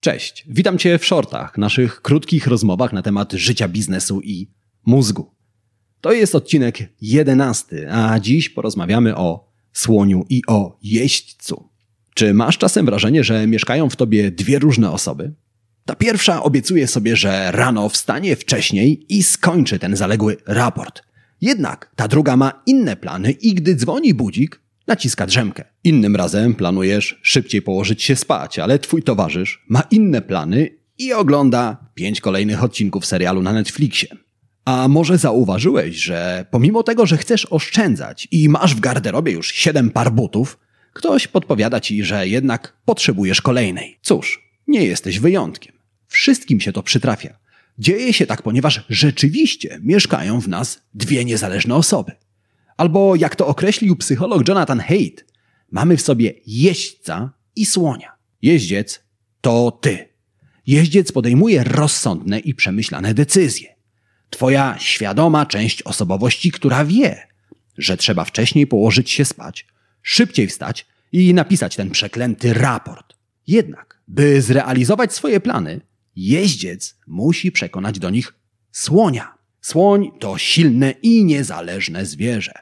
Cześć, witam Cię w shortach, naszych krótkich rozmowach na temat życia, biznesu i mózgu. To jest odcinek 11, a dziś porozmawiamy o słoniu i o jeźdźcu. Czy masz czasem wrażenie, że mieszkają w Tobie dwie różne osoby? Ta pierwsza obiecuje sobie, że rano wstanie wcześniej i skończy ten zaległy raport. Jednak ta druga ma inne plany i gdy dzwoni budzik, naciska drzemkę. Innym razem planujesz szybciej położyć się spać, ale twój towarzysz ma inne plany i ogląda 5 kolejnych odcinków serialu na Netflixie. A może zauważyłeś, że pomimo tego, że chcesz oszczędzać i masz w garderobie już 7 par butów, ktoś podpowiada ci, że jednak potrzebujesz kolejnej. Cóż, nie jesteś wyjątkiem. Wszystkim się to przytrafia. Dzieje się tak, ponieważ rzeczywiście mieszkają w nas dwie niezależne osoby. Albo jak to określił psycholog Jonathan Haidt, mamy w sobie jeźdźca i słonia. Jeździec to ty. Jeździec podejmuje rozsądne i przemyślane decyzje. Twoja świadoma część osobowości, która wie, że trzeba wcześniej położyć się spać, szybciej wstać i napisać ten przeklęty raport. Jednak, by zrealizować swoje plany, jeździec musi przekonać do nich słonia. Słoń to silne i niezależne zwierzę.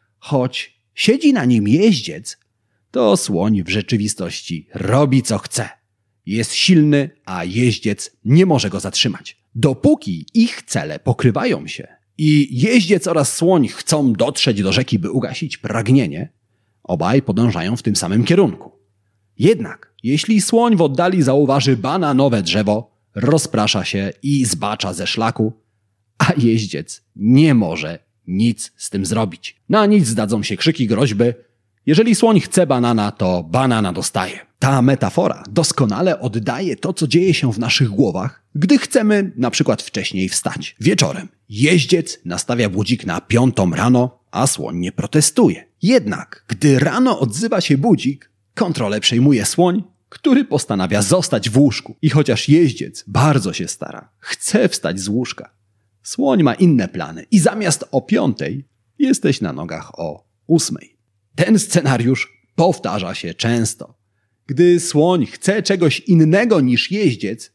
Choć siedzi na nim jeździec, to słoń w rzeczywistości robi co chce. Jest silny, a jeździec nie może go zatrzymać. Dopóki ich cele pokrywają się i jeździec oraz słoń chcą dotrzeć do rzeki, by ugasić pragnienie, obaj podążają w tym samym kierunku. Jednak, jeśli słoń w oddali zauważy bananowe drzewo, rozprasza się i zbacza ze szlaku, a jeździec nie może nic z tym zrobić. Na nic zdadzą się krzyki, groźby. Jeżeli słoń chce banana, to banana dostaje. Ta metafora doskonale oddaje to, co dzieje się w naszych głowach, gdy chcemy na przykład wcześniej wstać. Wieczorem jeździec nastawia budzik na 5 rano, a słoń nie protestuje. Jednak, gdy rano odzywa się budzik, kontrolę przejmuje słoń, który postanawia zostać w łóżku. I chociaż jeździec bardzo się stara, chce wstać z łóżka, słoń ma inne plany i zamiast o 5 jesteś na nogach o 8. Ten scenariusz powtarza się często. Gdy słoń chce czegoś innego niż jeździec,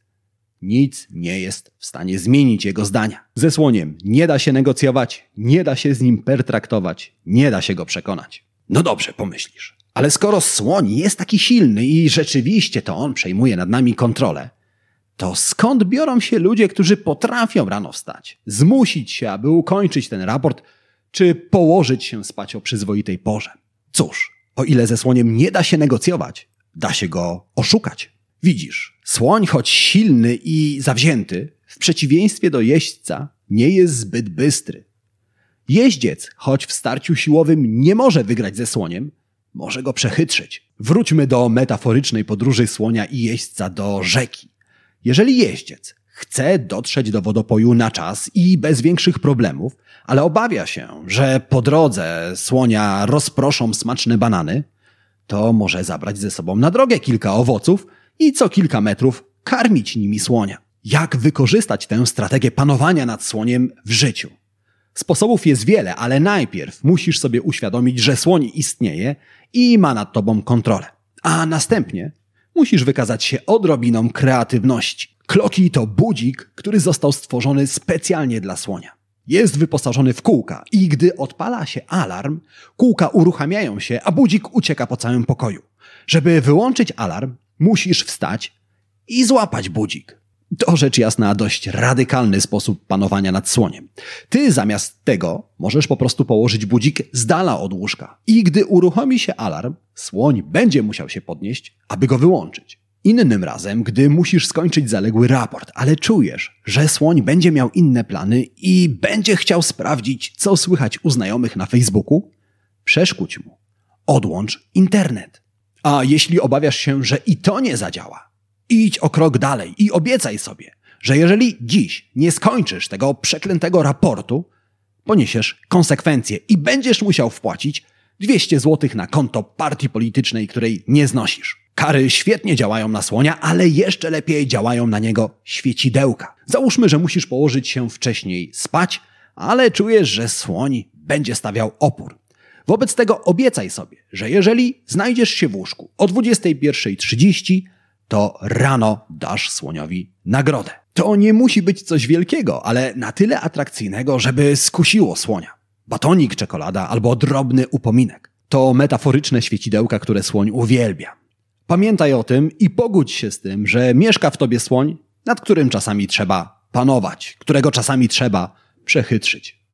nic nie jest w stanie zmienić jego zdania. Ze słoniem nie da się negocjować, nie da się z nim pertraktować, nie da się go przekonać. No dobrze, pomyślisz. Ale skoro słoń jest taki silny i rzeczywiście to on przejmuje nad nami kontrolę, to skąd biorą się ludzie, którzy potrafią rano wstać, zmusić się, aby ukończyć ten raport, czy położyć się spać o przyzwoitej porze? Cóż, o ile ze słoniem nie da się negocjować, da się go oszukać. Widzisz, słoń, choć silny i zawzięty, w przeciwieństwie do jeźdźca, nie jest zbyt bystry. Jeździec, choć w starciu siłowym nie może wygrać ze słoniem, może go przechytrzyć. Wróćmy do metaforycznej podróży słonia i jeźdźca do rzeki. Jeżeli jeździec chce dotrzeć do wodopoju na czas i bez większych problemów, ale obawia się, że po drodze słonia rozproszą smaczne banany, to może zabrać ze sobą na drogę kilka owoców i co kilka metrów karmić nimi słonia. Jak wykorzystać tę strategię panowania nad słoniem w życiu? Sposobów jest wiele, ale najpierw musisz sobie uświadomić, że słoń istnieje i ma nad tobą kontrolę. A następnie musisz wykazać się odrobiną kreatywności. Kloki to budzik, który został stworzony specjalnie dla słonia. Jest wyposażony w kółka i gdy odpala się alarm, kółka uruchamiają się, a budzik ucieka po całym pokoju. Żeby wyłączyć alarm, musisz wstać i złapać budzik. To rzecz jasna dość radykalny sposób panowania nad słoniem. Ty zamiast tego możesz po prostu położyć budzik z dala od łóżka. I gdy uruchomi się alarm, słoń będzie musiał się podnieść, aby go wyłączyć. Innym razem, gdy musisz skończyć zaległy raport, ale czujesz, że słoń będzie miał inne plany i będzie chciał sprawdzić, co słychać u znajomych na Facebooku, przeszkódź mu. Odłącz internet. A jeśli obawiasz się, że i to nie zadziała, idź o krok dalej i obiecaj sobie, że jeżeli dziś nie skończysz tego przeklętego raportu, poniesiesz konsekwencje i będziesz musiał wpłacić 200 zł na konto partii politycznej, której nie znosisz. Kary świetnie działają na słonia, ale jeszcze lepiej działają na niego świecidełka. Załóżmy, że musisz położyć się wcześniej spać, ale czujesz, że słoń będzie stawiał opór. Wobec tego obiecaj sobie, że jeżeli znajdziesz się w łóżku o 21:30, to rano dasz słoniowi nagrodę. To nie musi być coś wielkiego, ale na tyle atrakcyjnego, żeby skusiło słonia. Batonik, czekolada albo drobny upominek. To metaforyczne świecidełka, które słoń uwielbia. Pamiętaj o tym i pogódź się z tym, że mieszka w tobie słoń, nad którym czasami trzeba panować, którego czasami trzeba przechytrzyć.